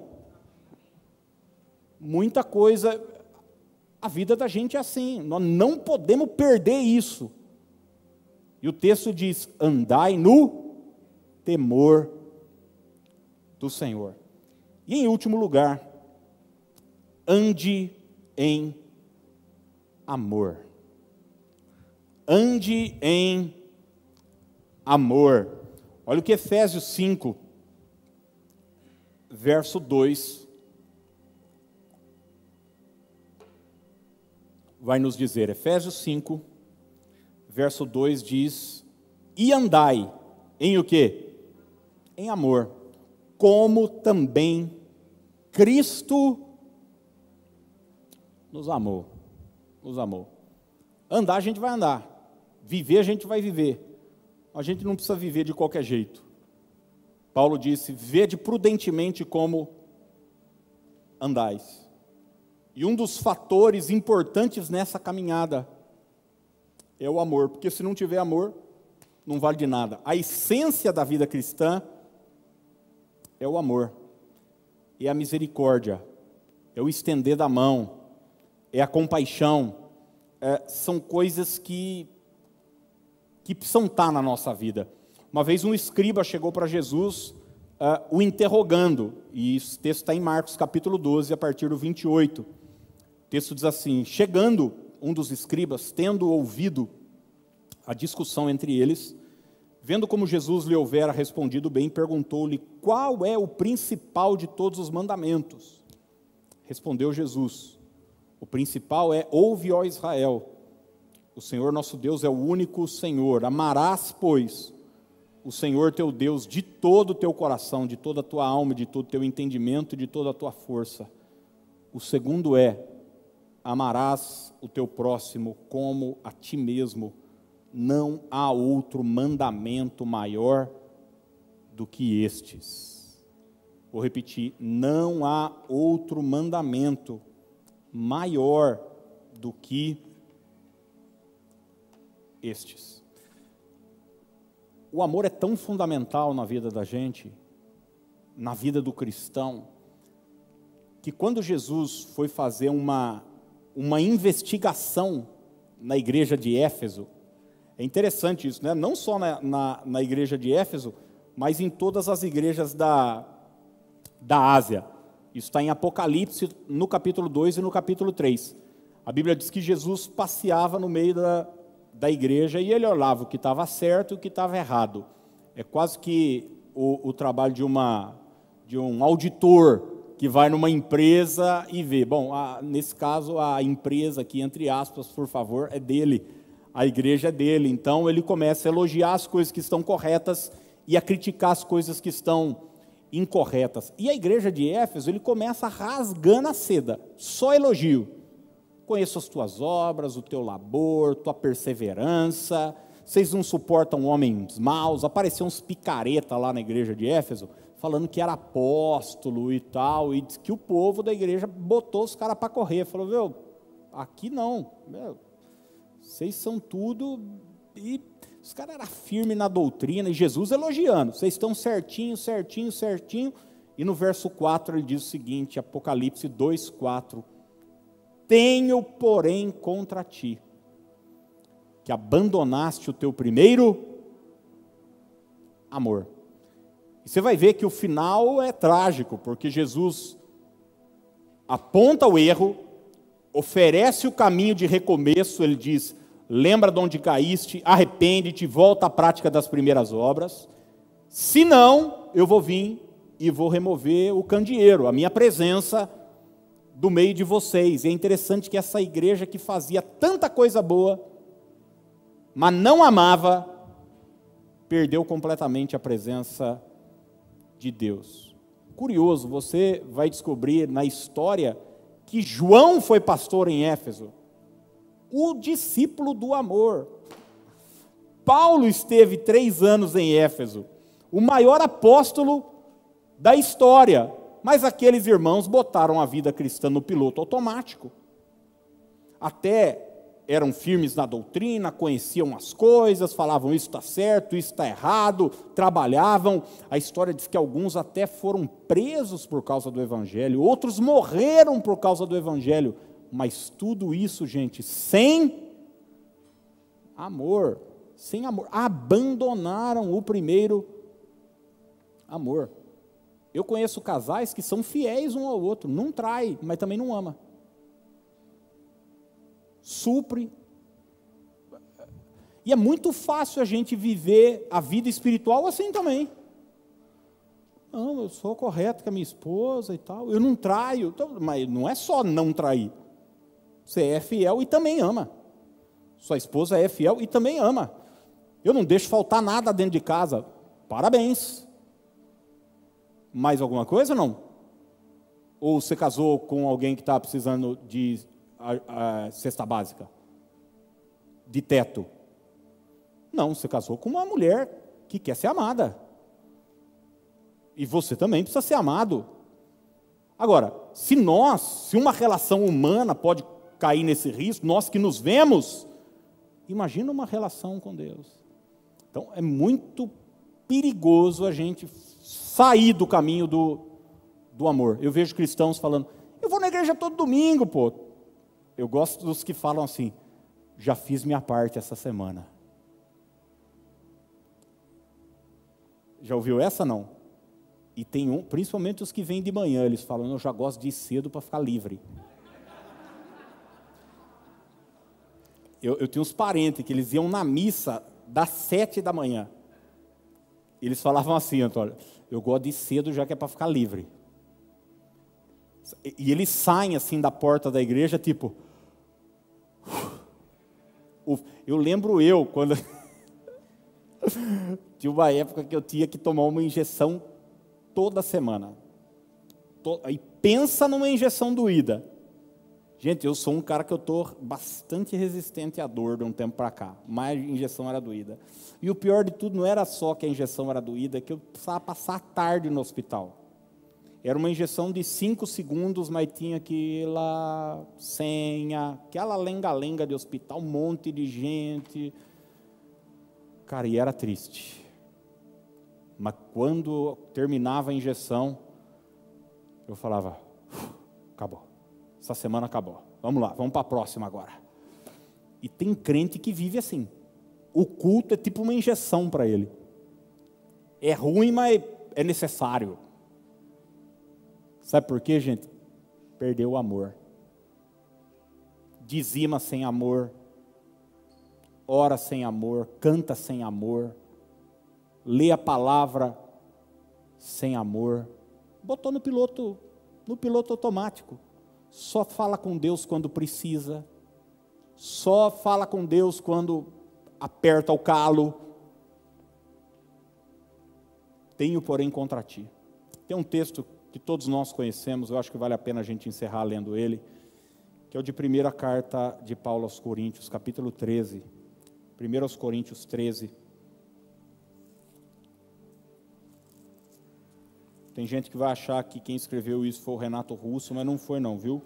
Speaker 1: Muita coisa, a vida da gente é assim, nós não podemos perder isso. E o texto diz, andai no temor do Senhor. E em último lugar, ande em amor. Ande em amor. Olha o que Efésios cinco, verso dois, vai nos dizer. Efésios cinco, verso dois diz, e andai em o quê? Em amor, como também Cristo nos amou, nos amou. Andar a gente vai andar, viver a gente vai viver. A gente não precisa viver de qualquer jeito. Paulo disse, vede prudentemente como andais. E um dos fatores importantes nessa caminhada é o amor, porque se não tiver amor, não vale de nada. A essência da vida cristã é o amor, é a misericórdia, é o estender da mão, é a compaixão, é, são coisas que, que precisam estar na nossa vida. Uma vez um escriba chegou para Jesus, uh, o interrogando, e esse texto está em Marcos capítulo doze, a partir do vinte e oito. O texto diz assim, chegando um dos escribas, tendo ouvido a discussão entre eles, vendo como Jesus lhe houvera respondido bem, perguntou-lhe, qual é o principal de todos os mandamentos? Respondeu Jesus, o principal é, ouve, ó Israel, o Senhor nosso Deus é o único Senhor, amarás, pois, o Senhor teu Deus de todo o teu coração, de toda a tua alma, de todo o teu entendimento, de toda a tua força. O segundo é, amarás o teu próximo como a ti mesmo. Não há outro mandamento maior do que estes. Vou repetir, não há outro mandamento maior do que estes. O amor é tão fundamental na vida da gente, na vida do cristão, que quando Jesus foi fazer uma, uma investigação na igreja de Éfeso, é interessante isso, né? Não só na, na, na igreja de Éfeso, mas em todas as igrejas da, da Ásia. Isso está em Apocalipse, no capítulo dois e no capítulo três. A Bíblia diz que Jesus passeava no meio da, da igreja e ele olhava o que estava certo e o que estava errado. É quase que o, o trabalho de, uma, de um auditor que vai numa empresa e vê. Bom, a, nesse caso, a empresa aqui, entre aspas, por favor, é dele. A igreja é dele. Então, ele começa a elogiar as coisas que estão corretas e a criticar as coisas que estão incorretas. E a igreja de Éfeso, ele começa rasgando a seda, só elogio. Conheço as tuas obras, o teu labor, tua perseverança, vocês não suportam homens maus. Apareceu uns picareta lá na igreja de Éfeso, falando que era apóstolo e tal, e diz que o povo da igreja botou os caras para correr, falou, meu, aqui não, meu, vocês são tudo, e os caras eram firmes na doutrina, e Jesus elogiando, vocês estão certinho, certinho, certinho, e no verso quatro ele diz o seguinte, Apocalipse dois, quatro, tenho, porém, contra ti, que abandonaste o teu primeiro amor. E você vai ver que o final é trágico, porque Jesus aponta o erro, oferece o caminho de recomeço, ele diz, lembra de onde caíste, arrepende-te, volta à prática das primeiras obras, se não, eu vou vir e vou remover o candeeiro, a minha presença do meio de vocês. E é interessante que essa igreja que fazia tanta coisa boa, mas não amava, perdeu completamente a presença de Deus. Curioso, você vai descobrir na história que João foi pastor em Éfeso, o discípulo do amor. Paulo esteve três anos em Éfeso, o maior apóstolo da história, mas aqueles irmãos botaram a vida cristã no piloto automático. Até eram firmes na doutrina, conheciam as coisas, falavam isso está certo, isso está errado, trabalhavam. A história diz que alguns até foram presos por causa do Evangelho, outros morreram por causa do Evangelho, mas tudo isso, gente, sem amor, sem amor, abandonaram o primeiro amor. Eu conheço casais que são fiéis um ao outro, não trai, mas também não ama. Supre. E é muito fácil a gente viver a vida espiritual assim também. Não, eu sou correto com a minha esposa e tal, eu não traio, então, mas não é só não trair. Você é fiel e também ama. Sua esposa é fiel e também ama. Eu não deixo faltar nada dentro de casa. Parabéns. Mais alguma coisa ou não? Ou você casou com alguém que está precisando de a, a, cesta básica? De teto? Não, você casou com uma mulher que quer ser amada. E você também precisa ser amado. Agora, se nós, se uma relação humana pode cair nesse risco, nós que nos vemos, imagina uma relação com Deus. Então, é muito perigoso a gente sair do caminho do, do amor. Eu vejo cristãos falando, eu vou na igreja todo domingo, pô. Eu gosto dos que falam assim, já fiz minha parte essa semana. Já ouviu essa, não? E tem um, principalmente os que vêm de manhã, eles falam, eu já gosto de ir cedo para ficar livre. Eu, eu tenho uns parentes que eles iam na missa das sete da manhã. Eles falavam assim, Antônio, eu gosto de ir cedo já que é para ficar livre. E, e eles saem assim da porta da igreja, tipo... Eu lembro eu, quando... Tinha uma época que eu tinha que tomar uma injeção toda semana. E pensa numa injeção doída. Gente, eu sou um cara que eu estou bastante resistente à dor de um tempo para cá. Mas a injeção era doída. E o pior de tudo não era só que a injeção era doída, é que eu precisava passar a tarde no hospital. Era uma injeção de cinco segundos, mas tinha aquela senha, aquela lenga-lenga de hospital, um monte de gente. Cara, e era triste. Mas quando terminava a injeção, eu falava, acabou. Essa semana acabou. Vamos lá, vamos para a próxima agora. E tem crente que vive assim. O culto é tipo uma injeção para ele. É ruim, mas é necessário. Sabe por quê, gente? Perdeu o amor. Dizima sem amor. Ora sem amor. Canta sem amor. Lê a palavra sem amor. Botou no piloto, no piloto automático. Só fala com Deus quando precisa. Só fala com Deus quando aperta o calo. Tenho, porém, contra ti. Tem um texto que todos nós conhecemos, eu acho que vale a pena a gente encerrar lendo ele, que é o de primeira carta de Paulo aos Coríntios, capítulo treze. primeira aos Coríntios treze. Tem gente que vai achar que quem escreveu isso foi o Renato Russo, mas não foi não, viu?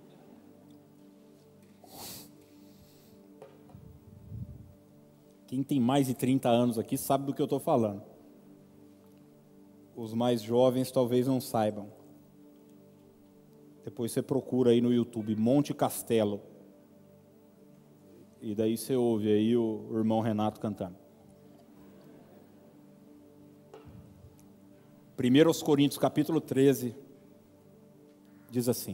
Speaker 1: Quem tem mais de trinta anos aqui sabe do que eu estou falando. Os mais jovens talvez não saibam. Depois você procura aí no YouTube, Monte Castelo. E daí você ouve aí o, o irmão Renato cantando. primeira aos Coríntios, capítulo treze, diz assim.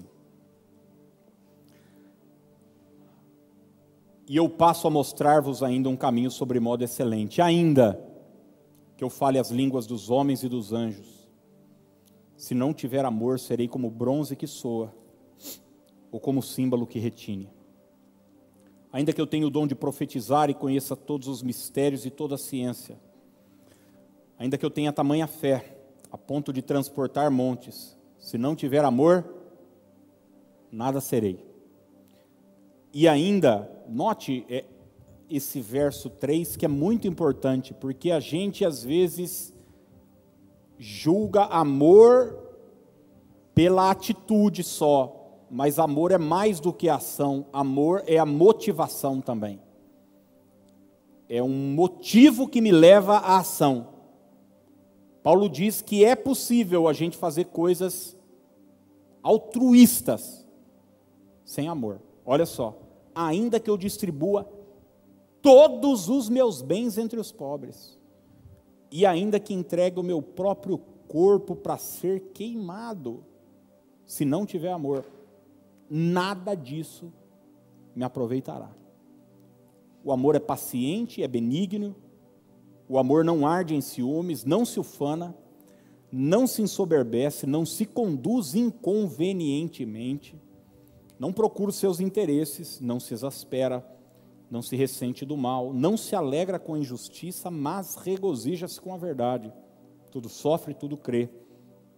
Speaker 1: E eu passo a mostrar-vos ainda um caminho sobre modo excelente, ainda que eu fale as línguas dos homens e dos anjos. Se não tiver amor, serei como bronze que soa, ou como símbolo que retine. Ainda que eu tenha o dom de profetizar e conheça todos os mistérios e toda a ciência, ainda que eu tenha tamanha fé, a ponto de transportar montes, se não tiver amor, nada serei. E ainda, note é, esse verso três, que é muito importante, porque a gente às vezes julga amor pela atitude só, mas amor é mais do que ação, amor é a motivação também. É um motivo que me leva à ação. Paulo diz que é possível a gente fazer coisas altruístas sem amor. Olha só, ainda que eu distribua todos os meus bens entre os pobres, e ainda que entregue o meu próprio corpo para ser queimado, se não tiver amor, nada disso me aproveitará. O amor é paciente, é benigno. O amor não arde em ciúmes, não se ufana, não se ensoberbece, não se conduz inconvenientemente, não procura os seus interesses, não se exaspera, não se ressente do mal, não se alegra com a injustiça, mas regozija-se com a verdade. Tudo sofre, tudo crê,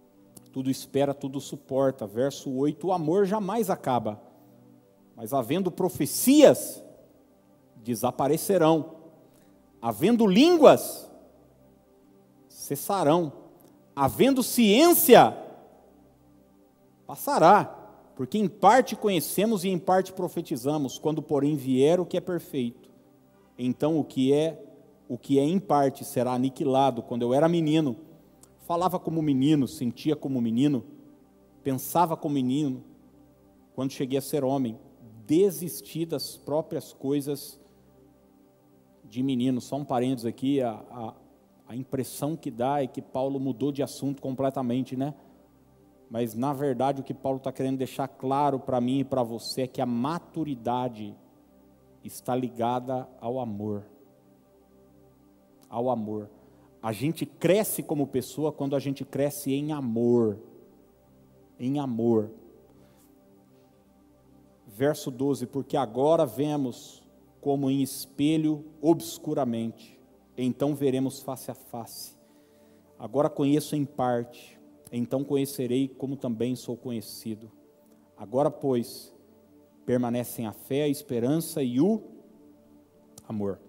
Speaker 1: tudo espera, tudo suporta. Verso oito, o amor jamais acaba, mas havendo profecias, desaparecerão. Havendo línguas, cessarão. Havendo ciência, passará. Porque em parte conhecemos e em parte profetizamos. Quando, porém, vier o que é perfeito, então o que é, o que é em parte será aniquilado. Quando eu era menino, falava como menino, sentia como menino, pensava como menino. Quando cheguei a ser homem, desisti das próprias coisas de menino. Só um parênteses aqui, a, a, a impressão que dá é que Paulo mudou de assunto completamente, né? Mas, na verdade, o que Paulo está querendo deixar claro para mim e para você é que a maturidade está ligada ao amor. Ao amor. A gente cresce como pessoa quando a gente cresce em amor. Em amor. Verso doze, porque agora vemos como em espelho obscuramente, então veremos face a face. Agora conheço em parte, então conhecerei como também sou conhecido. Agora, pois, permanecem a fé, a esperança e o amor.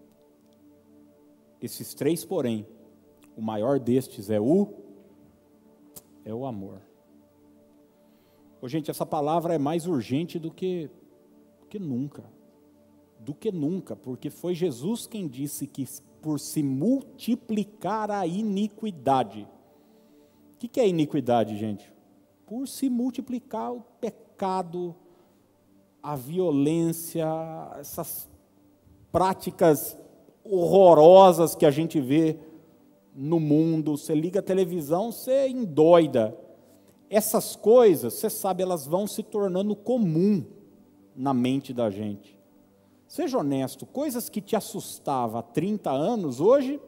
Speaker 1: Esses três, porém, o maior destes é o, é o amor. Ô, gente, essa palavra é mais urgente do que, do que nunca. Do que nunca, porque foi Jesus quem disse que por se multiplicar a iniquidade. O que, que é iniquidade, gente? Por se multiplicar o pecado, a violência, essas práticas horrorosas que a gente vê no mundo. Você liga a televisão, você endoida. Essas coisas, você sabe, elas vão se tornando comum na mente da gente. Seja honesto, coisas que te assustavam há trinta anos, hoje,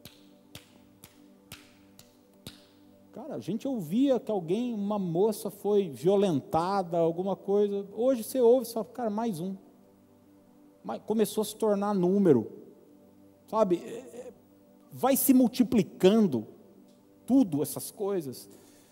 Speaker 1: cara, a gente ouvia que alguém, uma moça foi violentada, alguma coisa, hoje você ouve e fala, cara, mais um. Mas começou a se tornar número, sabe, vai se multiplicando, tudo essas coisas.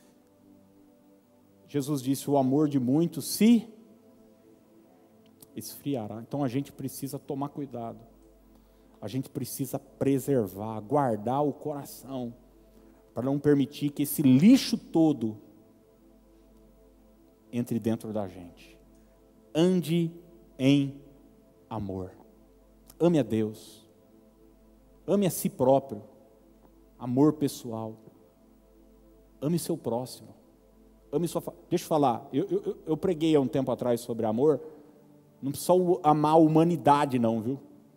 Speaker 1: Jesus disse, o amor de muitos se esfriará. Então a gente precisa tomar cuidado, a gente precisa preservar, guardar o coração, para não permitir que esse lixo todo entre dentro da gente. Ande em amor, ame a Deus, ame a si próprio, amor pessoal, ame seu próximo, ame sua família. Deixa eu falar, eu, eu, eu preguei há um tempo atrás sobre amor. Não precisa amar a humanidade não, viu?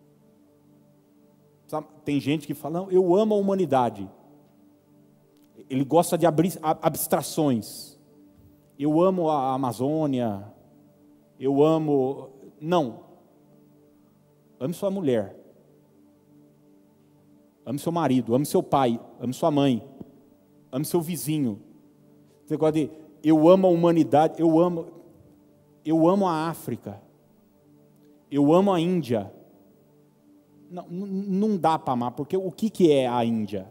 Speaker 1: Sabe, tem gente que fala, não, eu amo a humanidade. Ele gosta de abstrações. Eu amo a Amazônia, eu amo... Não. Ame sua mulher. Ame seu marido, ame seu pai, ame sua mãe, ame seu vizinho. Você gosta de, eu amo a humanidade, eu amo, eu amo a África. Eu amo a Índia. Não, não dá para amar, porque o que, que é a Índia?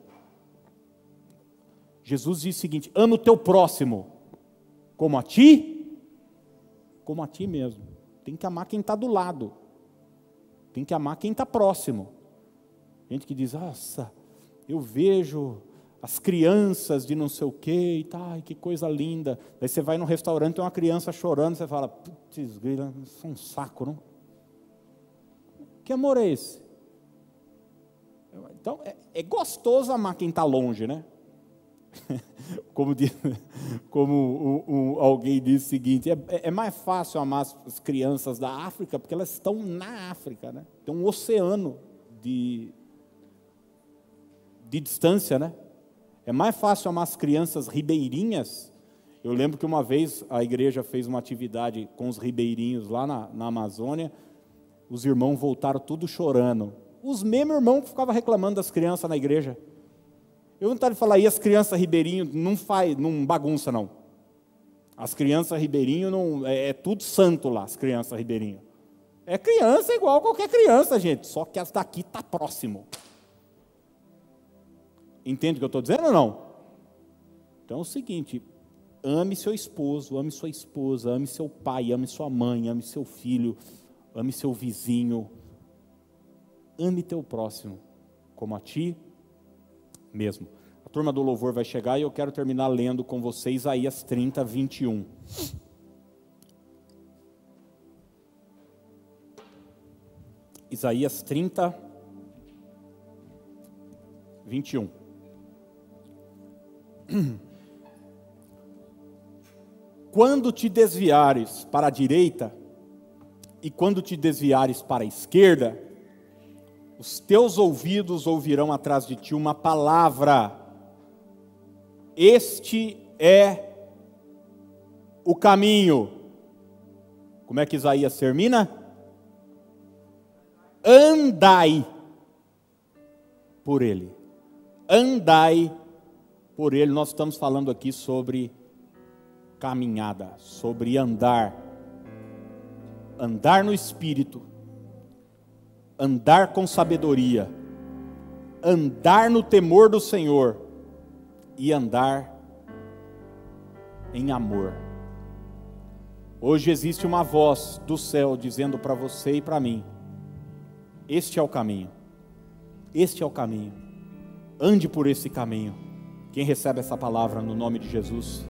Speaker 1: Jesus diz o seguinte, ama o teu próximo, como a ti, como a ti mesmo. Tem que amar quem está do lado, tem que amar quem está próximo. Gente que diz, nossa, eu vejo as crianças de não sei o quê, e tá, ai, que coisa linda. Daí você vai num restaurante, tem uma criança chorando, você fala, putz, grila, isso é um saco, não? Que amor é esse? Então, é, é gostoso amar quem está longe, né? Como, diz, como o, o, alguém disse o seguinte, é, é mais fácil amar as, as crianças da África, porque elas estão na África, né? Tem um oceano de, de distância, né? É mais fácil amar as crianças ribeirinhas. Eu lembro que uma vez a igreja fez uma atividade com os ribeirinhos lá na, na Amazônia. Os irmãos voltaram tudo chorando. Os mesmos irmãos que ficavam reclamando das crianças na igreja. Eu vontade de falar, e as crianças ribeirinhos não faz, não bagunça não. As crianças ribeirinhos não, é, é tudo santo lá, as crianças ribeirinhos. É criança igual qualquer criança, gente, só que as daqui tá próximo. Entende o que eu estou dizendo ou não? Então é o seguinte: ame seu esposo, ame sua esposa, ame seu pai, ame sua mãe, ame seu filho, ame seu vizinho, ame teu próximo como a ti mesmo. A turma do louvor vai chegar e eu quero terminar lendo com vocês Isaías trinta, vinte e um. Isaías trinta, vinte e um. Quando te desviares para a direita e quando te desviares para a esquerda, os teus ouvidos ouvirão atrás de ti uma palavra: este é o caminho. Como é que Isaías termina? Andai por ele. Andai por ele. Nós estamos falando aqui sobre caminhada, sobre andar. Andar no Espírito. Andar com sabedoria. Andar no temor do Senhor. E andar em amor. Hoje existe uma voz do céu dizendo para você e para mim: este é o caminho. Este é o caminho. Ande por esse caminho. Quem recebe essa palavra no nome de Jesus?